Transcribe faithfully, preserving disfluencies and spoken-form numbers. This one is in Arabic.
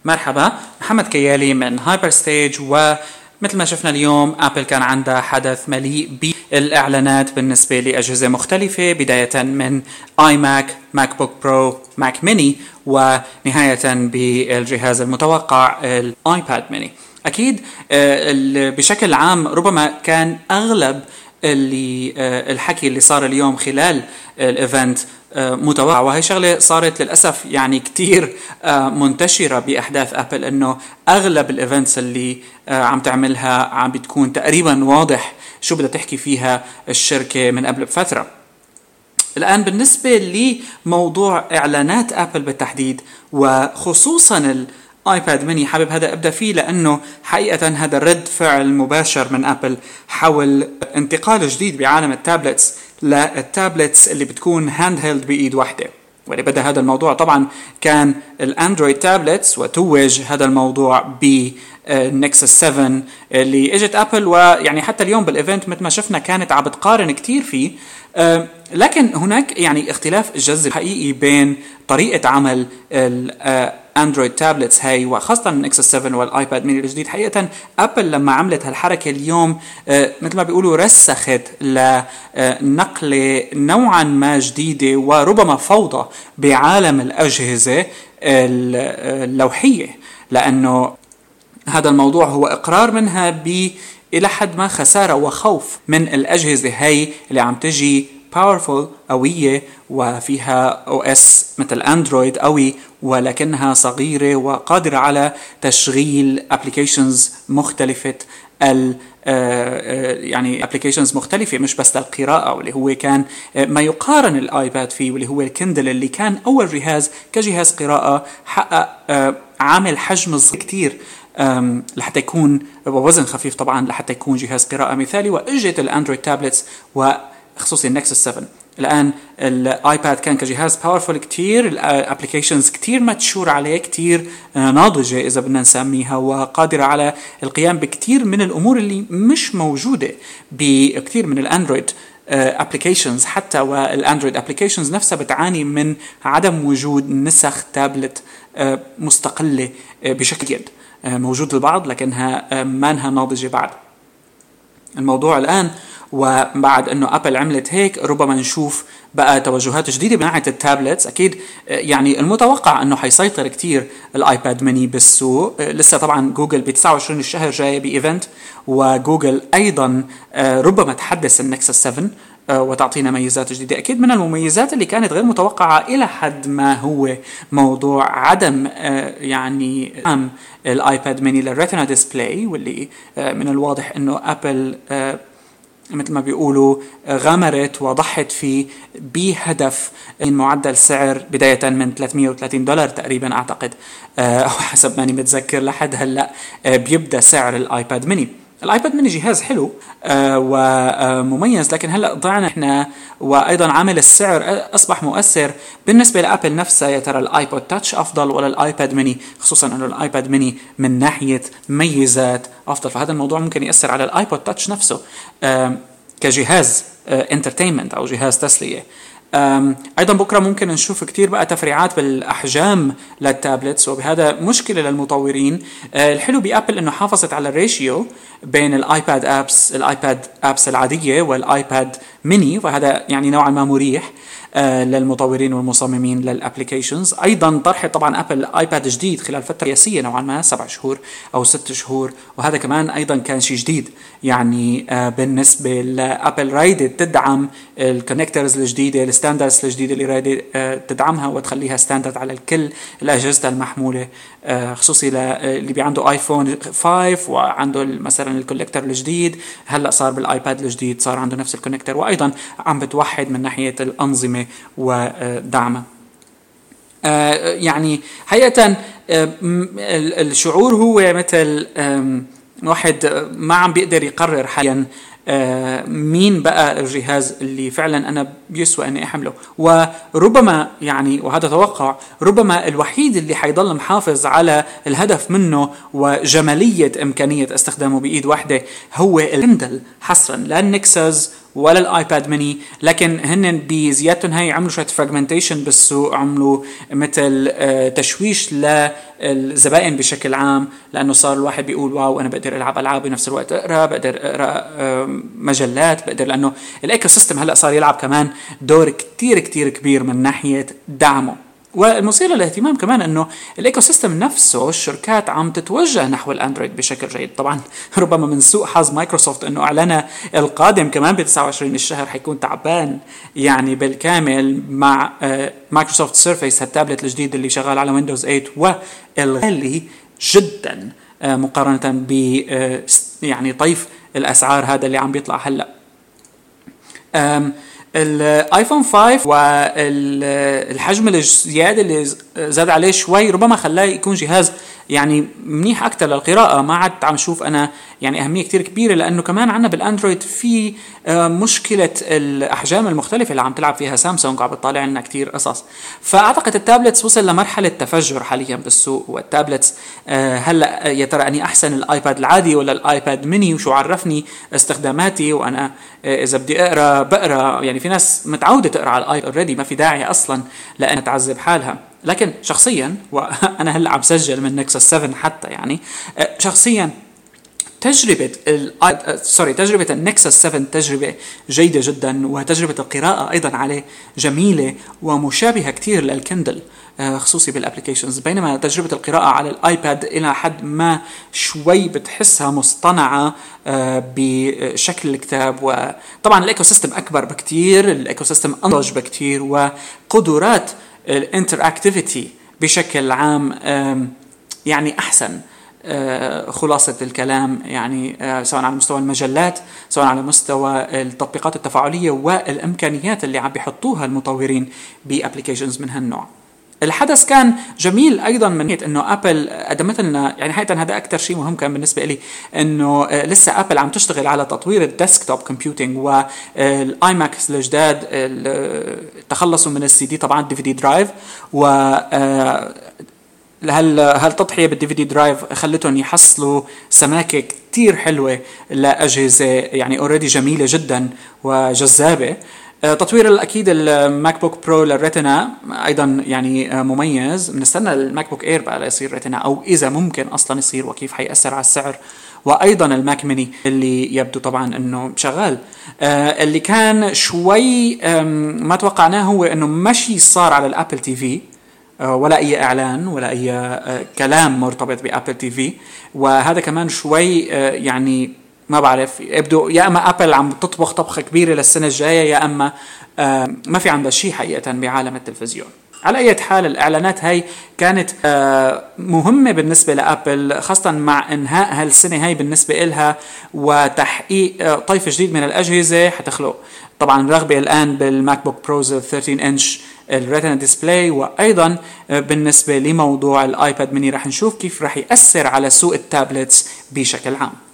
مرحبا، محمد كيالي من هايبر ستيج. ومثل ما شفنا اليوم أبل كان عندها حدث مليء بالإعلانات بالنسبة لأجهزة مختلفة، بداية من آي ماك، ماك بوك برو، ماك ميني، ونهاية بالجهاز المتوقع الآيباد ميني. أكيد بشكل عام ربما كان أغلب اللي الحكي اللي صار اليوم خلال الايفنت متوقع، وهي شغله صارت للاسف يعني كتير منتشره باحداث ابل، انه اغلب الايفنتس اللي عم تعملها عم بتكون تقريبا واضح شو بدها تحكي فيها الشركه من قبل بفتره. الان بالنسبه لموضوع اعلانات ابل بالتحديد، وخصوصا ايباد ميني، حابب هذا ابدا فيه لانه حقيقه هذا رد فعل مباشر من ابل حول انتقال جديد بعالم التابلتس للتابلتس اللي بتكون هاند هيلد بايد واحده. واللي بدا هذا الموضوع طبعا كان الاندرويد تابلتس، وتوج هذا الموضوع بالنكسس سبعة اللي اجت ابل، ويعني حتى اليوم بالايفنت مثل ما شفنا كانت عم بتقارن كتير فيه. أه لكن هناك يعني اختلاف جذري حقيقي بين طريقه عمل الاندرويد تابلتس هاي، وخاصه النكسس سبعة والايباد ميني الجديد. حقيقه ابل لما عملت هالحركه اليوم أه مثل ما بيقولوا رسخت لنقله نوعا ما جديده وربما فوضى بعالم الاجهزه اللوحيه، لانه هذا الموضوع هو اقرار منها ب الى حد ما خساره وخوف من الاجهزه هاي اللي عم تجي باورفول قويه وفيها او اس مثل اندرويد قوي، ولكنها صغيره وقادره على تشغيل ابلكيشنز مختلفه، ال يعني ابلكيشنز مختلفه مش بس للقراءه، واللي هو كان ما يقارن الايباد فيه، واللي هو الكندل اللي كان اول جهاز كجهاز قراءه حقق عامل حجم صغير كتير لحتى يكون ووزن خفيف طبعا لحتى يكون جهاز قراءة مثالي. واجت الاندرويد تابلتس وخصوصي النكسس سبعة. الان الايباد كان كجهاز باورفول كتير، الابليكيشنز كتير ماتشور عليه، كتير ناضجة اذا بدنا نسميها، وقادرة على القيام بكتير من الامور اللي مش موجودة بكتير من الاندرويد ابليكيشنز. حتى والاندرويد ابليكيشنز نفسها بتعاني من عدم وجود نسخ تابلت مستقلة بشكل جيد. موجود البعض لكنها ما انها ناضجة بعد. الموضوع الآن وبعد انه ابل عملت هيك ربما نشوف بقى توجهات جديدة بناحية التابلتس. اكيد يعني المتوقع انه حيسيطر كتير الايباد ميني بالسوق. لسه طبعا جوجل ب تسعة وعشرين الشهر جاي بايفنت، وجوجل ايضا ربما تحدث النكسس سبعة وتعطينا ميزات جديدة. أكيد من المميزات اللي كانت غير متوقعة إلى حد ما هو موضوع عدم يعني عم الآيباد ميني للريتنا ديسبلاي، واللي من الواضح أنه أبل مثل ما بيقولوا غامرت وضحت فيه بهدف معدل سعر بداية من ثلاثمية وثلاثين دولار تقريبا أعتقد، أو حسب ماني متذكر لحد هلأ بيبدأ سعر الآيباد ميني. الايباد ميني جهاز حلو آه ومميز، لكن هلا ضعنا احنا، وايضا عامل السعر اصبح مؤثر بالنسبه لابل نفسها. يا ترى الايبود تاتش افضل ولا الايباد ميني؟ خصوصا انه الايباد ميني من ناحيه ميزات افضل، فهذا الموضوع ممكن ياثر على الايبود تاتش نفسه آه كجهاز انترتينمنت آه او جهاز تسليه. ايضا بكره ممكن نشوف كتير بقى تفريعات بالاحجام للتابلتس، وبهذا مشكله للمطورين. الحلو بابل انه حافظت على الريشيو بين الايباد ابس الايباد ابس العاديه والايباد ميني، وهذا يعني نوعا ما مريح للمطورين والمصممين للابليكيشنز. ايضا طرحت طبعا ابل ايباد جديد خلال فتره قياسيه نوعا ما سبع شهور او ست شهور، وهذا كمان ايضا كان شيء جديد. يعني بالنسبه لابل رايدة تدعم الكونكتورز الجديده، الستاندردز الجديده اللي رايدة تدعمها وتخليها ستاندرد على الكل الاجهزه المحموله، خصوصي اللي بيعنده ايفون خمسة وعنده مثلا الكونكتور الجديد. هلا صار بالايباد الجديد صار عنده نفس الكونكتور، وايضا عم بتوحد من ناحيه الانظمه ودعمه. آه يعني حقيقة آه الشعور هو مثل واحد ما عم بيقدر يقرر حاليا آه مين بقى الجهاز اللي فعلا أنا بيسوى أني أحمله. وربما يعني وهذا توقع ربما الوحيد اللي حيضل محافظ على الهدف منه وجمالية إمكانية استخدامه بإيد واحدة هو الكندل حصرا، لا النكسس ولا الايباد ميني، لكن هن بزيادتهم هاي عملوا شويه فراجمنتيشن بالسوق، عملوا مثل تشويش للزبائن بشكل عام، لانه صار الواحد بيقول واو انا بقدر العب العاب بنفس الوقت اقرا، بقدر اقرا مجلات، بقدر، لانه الايكو سيستم هلا صار يلعب كمان دور كتير كتير كبير من ناحيه دعمه. والمثير للاهتمام كمان انه الايكو سيستم نفسه الشركات عم تتوجه نحو الاندرويد بشكل جيد. طبعا ربما من سوء حظ مايكروسوفت انه اعلن القادم كمان ب تسعة وعشرين الشهر حيكون تعبان يعني بالكامل مع مايكروسوفت سيرفيس، هالتابلت الجديد اللي شغال على ويندوز ثمانية والغالي جدا مقارنه ب يعني طيف الاسعار هذا اللي عم بيطلع هلا. الايفون خمسة والحجم الزياده اللي زاد عليه شوي ربما خلاه يكون جهاز يعني منيح اكثر للقراءه. ما عاد عم شوف انا يعني اهميه كتير كبيره، لانه كمان عندنا بالاندرويد في مشكله الاحجام المختلفه اللي عم تلعب فيها سامسونج، عم بتطالع لنا كتير قصص. فاعتقد التابلتس وصل لمرحله تفجر حاليا بالسوق، والتابلتس هلا يا ترى اني احسن الايباد العادي ولا الايباد ميني، وشو عرفني استخداماتي، وانا اذا بدي اقرا بقرا. يعني في ناس متعوده تقرا على الايباد اوريدي، ما في داعي اصلا لانها تعذب حالها. لكن شخصيا وانا هلا عم سجل من نكسس سبعة حتى، يعني شخصيا تجربة سوري تجربة النكسس سبعة تجربة جيدة جدا، وتجربة القراءة أيضا عليه جميلة ومشابهة كتير للكندل خصوصي بالابليكيشنز، بينما تجربة القراءة على الايباد إلى حد ما شوي بتحسها مصطنعة بشكل الكتاب. وطبعا الايكو سيستم أكبر بكتير، الايكو سيستم أنضج بكتير، وقدرات الانتراكتيفيتي بشكل عام يعني أحسن. خلاصة الكلام يعني سواء على مستوى المجلات، سواء على مستوى التطبيقات التفاعلية والإمكانيات اللي عم بيحطوها المطورين بأبليكيشنز من هالنوع. الحدث كان جميل ايضا من ناحيه انه ابل قدمت لنا، يعني حقيقه هذا اكثر شيء مهم كان بالنسبه لي، انه لسه ابل عم تشتغل على تطوير الديسكتوب كومبيوتنج والاي ماكس الجداد، تخلصوا من السي دي طبعا الدي في دي درايف، و هل هالتضحيه بالدي في دي درايف خلتهم يحصلوا سماكه كتير حلوه لاجهزه يعني اوريدي جميله جدا وجذابه. تطوير الاكيد الماك بوك برو للريتنا ايضا يعني مميز، بنستنى الماك بوك اير بقى ليصير ريتنا، او اذا ممكن اصلا يصير وكيف حيأثر على السعر. وايضا الماك ميني اللي يبدو طبعا انه شغال. آه اللي كان شوي ما توقعناه هو انه ماشي صار على الابل تي في، آه ولا اي اعلان ولا اي آه كلام مرتبط بابل تي في، وهذا كمان شوي آه يعني ما بعرف، يبدو يا اما ابل عم تطبخ طبخه كبيره للسنه الجايه، يا اما آه ما في عندها شيء حقيقه بعالم التلفزيون. على اي حال الاعلانات هاي كانت آه مهمه بالنسبه لابل، خاصه مع انهاء هالسنه هاي بالنسبه لها وتحقيق آه طيف جديد من الاجهزه حتخلق طبعا رغبه الان بالماك بوك بروز ثلاثة عشر انش الريتنا ديسبلاي. وايضا آه بالنسبه لموضوع الايباد ميني رح نشوف كيف رح ياثر على سوق التابلتس بشكل عام.